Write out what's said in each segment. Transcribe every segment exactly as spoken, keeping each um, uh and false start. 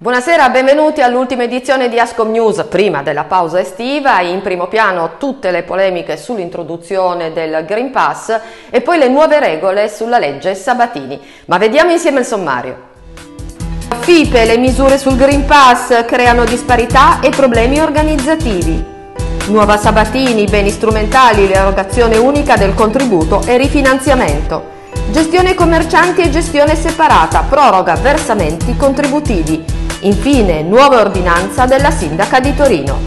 Buonasera, benvenuti all'ultima edizione di Ascom News, prima della pausa estiva. In primo piano tutte le polemiche sull'introduzione del Green Pass e poi le nuove regole sulla legge Sabatini. Ma vediamo insieme il sommario. F I P E, le misure sul Green Pass creano disparità e problemi organizzativi. Nuova Sabatini, beni strumentali, l'erogazione unica del contributo e rifinanziamento. Gestione commercianti e gestione separata, proroga versamenti contributivi. Infine, nuova ordinanza della Sindaca di Torino.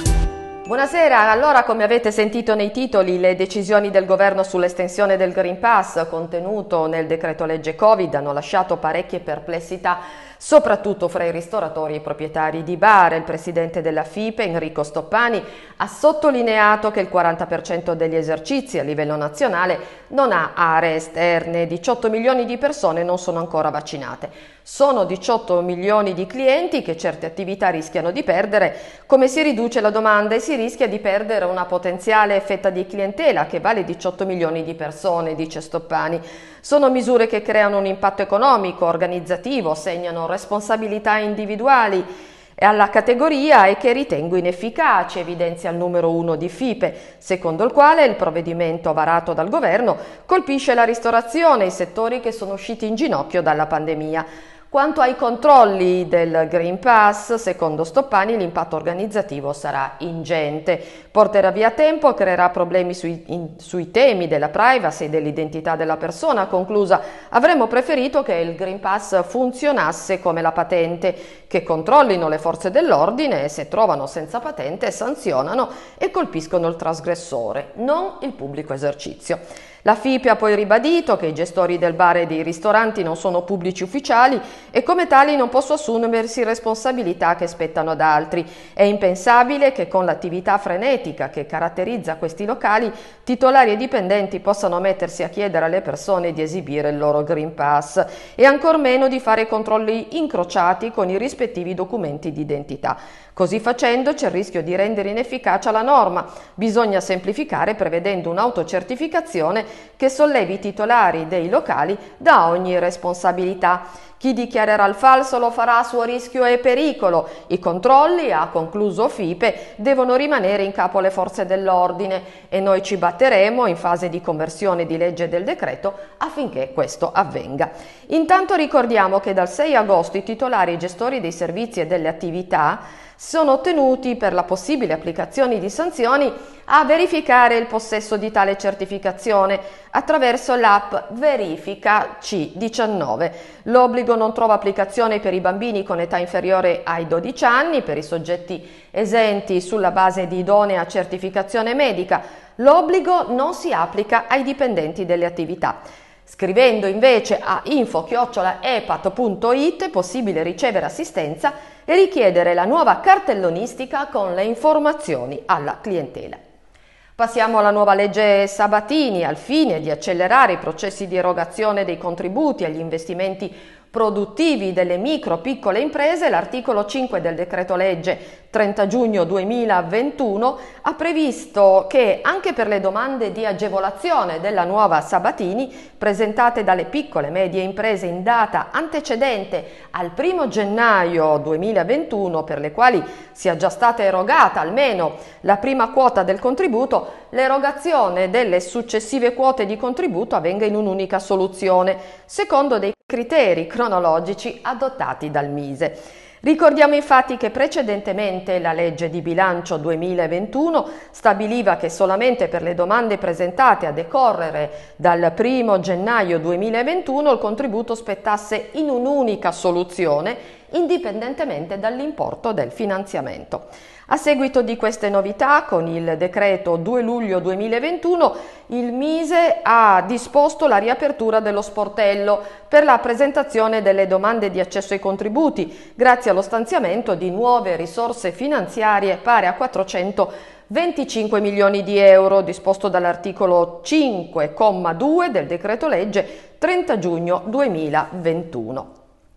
Buonasera, allora come avete sentito nei titoli, le decisioni del governo sull'estensione del Green Pass contenuto nel decreto legge Covid hanno lasciato parecchie perplessità, soprattutto fra i ristoratori e i proprietari di bar. Il presidente della F I P E, Enrico Stoppani, ha sottolineato che il quaranta per cento degli esercizi a livello nazionale non ha aree esterne, diciotto milioni di persone non sono ancora vaccinate. Sono diciotto milioni di clienti che certe attività rischiano di perdere, come si riduce la domanda e si rischia di perdere una potenziale fetta di clientela che vale diciotto milioni di persone, dice Stoppani. Sono misure che creano un impatto economico, organizzativo, segnano responsabilità individuali alla categoria e che ritengo inefficaci, evidenzia il numero uno di F I P E, secondo il quale il provvedimento varato dal governo colpisce la ristorazione e i settori che sono usciti in ginocchio dalla pandemia. Quanto ai controlli del Green Pass, secondo Stoppani l'impatto organizzativo sarà ingente, porterà via tempo, creerà problemi sui, in, sui temi della privacy e dell'identità della persona. Conclusa, avremmo preferito che il Green Pass funzionasse come la patente, che controllino le forze dell'ordine e se trovano senza patente sanzionano e colpiscono il trasgressore, non il pubblico esercizio. La F I P E ha poi ribadito che i gestori del bar e dei ristoranti non sono pubblici ufficiali e come tali non possono assumersi responsabilità che spettano ad altri. È impensabile che con l'attività frenetica che caratterizza questi locali, titolari e dipendenti possano mettersi a chiedere alle persone di esibire il loro Green Pass e ancor meno di fare controlli incrociati con i rispettivi documenti di identità. Così facendo c'è il rischio di rendere inefficace la norma. Bisogna semplificare prevedendo un'autocertificazione che sollevi i titolari dei locali da ogni responsabilità. Chi dichiarerà il falso lo farà a suo rischio e pericolo. I controlli, ha concluso F I P E, devono rimanere in capo alle forze dell'ordine e noi ci batteremo in fase di conversione di legge del decreto affinché questo avvenga. Intanto ricordiamo che dal sei agosto i titolari e i gestori dei servizi e delle attività sono tenuti, per la possibile applicazione di sanzioni, a verificare il possesso di tale certificazione attraverso l'app Verifica C diciannove. L'obbligo non trova applicazione per i bambini con età inferiore ai dodici anni, per i soggetti esenti sulla base di idonea certificazione medica. L'obbligo non si applica ai dipendenti delle attività. Scrivendo invece a info chiocciola epat punto it è possibile ricevere assistenza e richiedere la nuova cartellonistica con le informazioni alla clientela. Passiamo alla nuova legge Sabatini. Al fine di accelerare i processi di erogazione dei contributi agli investimenti produttivi delle micro piccole imprese, l'articolo cinque del decreto legge trenta giugno duemilaventuno ha previsto che anche per le domande di agevolazione della nuova Sabatini presentate dalle piccole e medie imprese in data antecedente al primo gennaio duemilaventuno, per le quali sia già stata erogata almeno la prima quota del contributo, l'erogazione delle successive quote di contributo avvenga in un'unica soluzione, secondo dei criteri cronologici adottati dal Mise. Ricordiamo infatti che precedentemente la legge di bilancio duemilaventuno stabiliva che solamente per le domande presentate a decorrere dal primo gennaio duemilaventuno il contributo spettasse in un'unica soluzione, indipendentemente dall'importo del finanziamento. A seguito di queste novità, con il decreto due luglio duemilaventuno, il Mise ha disposto la riapertura dello sportello per la presentazione delle domande di accesso ai contributi, grazie allo stanziamento di nuove risorse finanziarie pari a quattrocentoventicinque milioni di euro, disposto dall'articolo cinque, comma due del decreto legge trenta giugno duemilaventuno.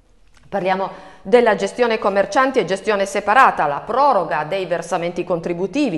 Parliamo della gestione commercianti e gestione separata, la proroga dei versamenti contributivi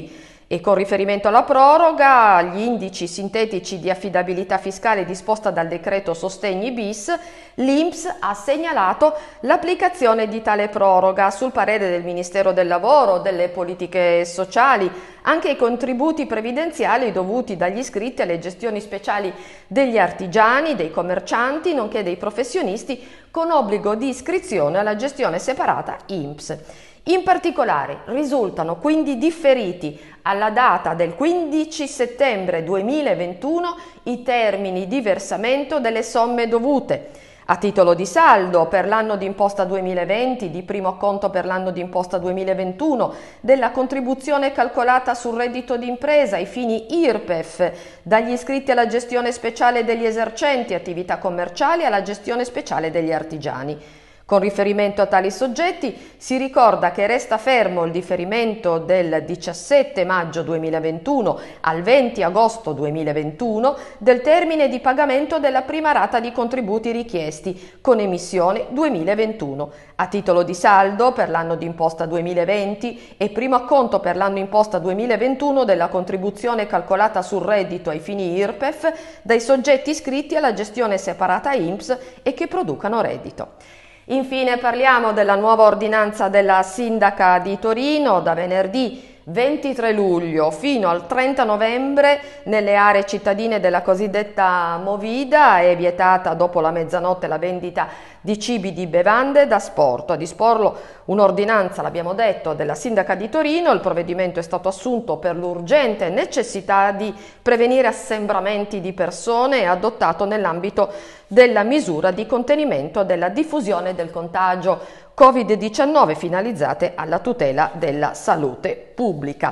E con riferimento alla proroga, gli indici sintetici di affidabilità fiscale disposta dal decreto Sostegni bis, l'I N P S ha segnalato l'applicazione di tale proroga sul parere del Ministero del Lavoro, delle Politiche Sociali, anche i contributi previdenziali dovuti dagli iscritti alle gestioni speciali degli artigiani, dei commercianti, nonché dei professionisti con obbligo di iscrizione alla gestione separata I N P S. In particolare risultano quindi differiti alla data del quindici settembre duemilaventuno i termini di versamento delle somme dovute a titolo di saldo per l'anno d'imposta duemilaventi, di primo acconto per l'anno d'imposta duemilaventuno, della contribuzione calcolata sul reddito d'impresa ai fini I R P E F, dagli iscritti alla gestione speciale degli esercenti attività commerciali alla gestione speciale degli artigiani. Con riferimento a tali soggetti si ricorda che resta fermo il differimento del diciassette maggio duemilaventuno al venti agosto duemilaventuno del termine di pagamento della prima rata di contributi richiesti con emissione duemilaventuno a titolo di saldo per l'anno d'imposta duemilaventi e primo acconto per l'anno imposta duemilaventuno della contribuzione calcolata sul reddito ai fini I R P E F dai soggetti iscritti alla gestione separata I N P S e che producano reddito. Infine parliamo della nuova ordinanza della Sindaca di Torino. Da venerdì ventitré luglio fino al trenta novembre nelle aree cittadine della cosiddetta Movida è vietata dopo la mezzanotte la vendita di cibi di bevande da sport. A disporlo un'ordinanza, l'abbiamo detto, della Sindaca di Torino. Il provvedimento è stato assunto per l'urgente necessità di prevenire assembramenti di persone e adottato nell'ambito della misura di contenimento della diffusione del contagio covid diciannove finalizzate alla tutela della salute pubblica.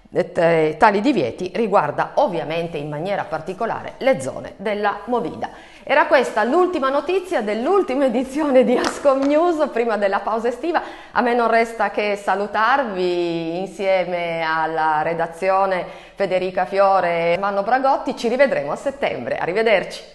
Tali divieti riguarda ovviamente in maniera particolare le zone della Movida. Era questa l'ultima notizia dell'ultima edizione di Ascom News prima della pausa estiva. A me non resta che salutarvi insieme alla redazione Federica Fiore e Manno Bragotti. Ci rivedremo a settembre. Arrivederci.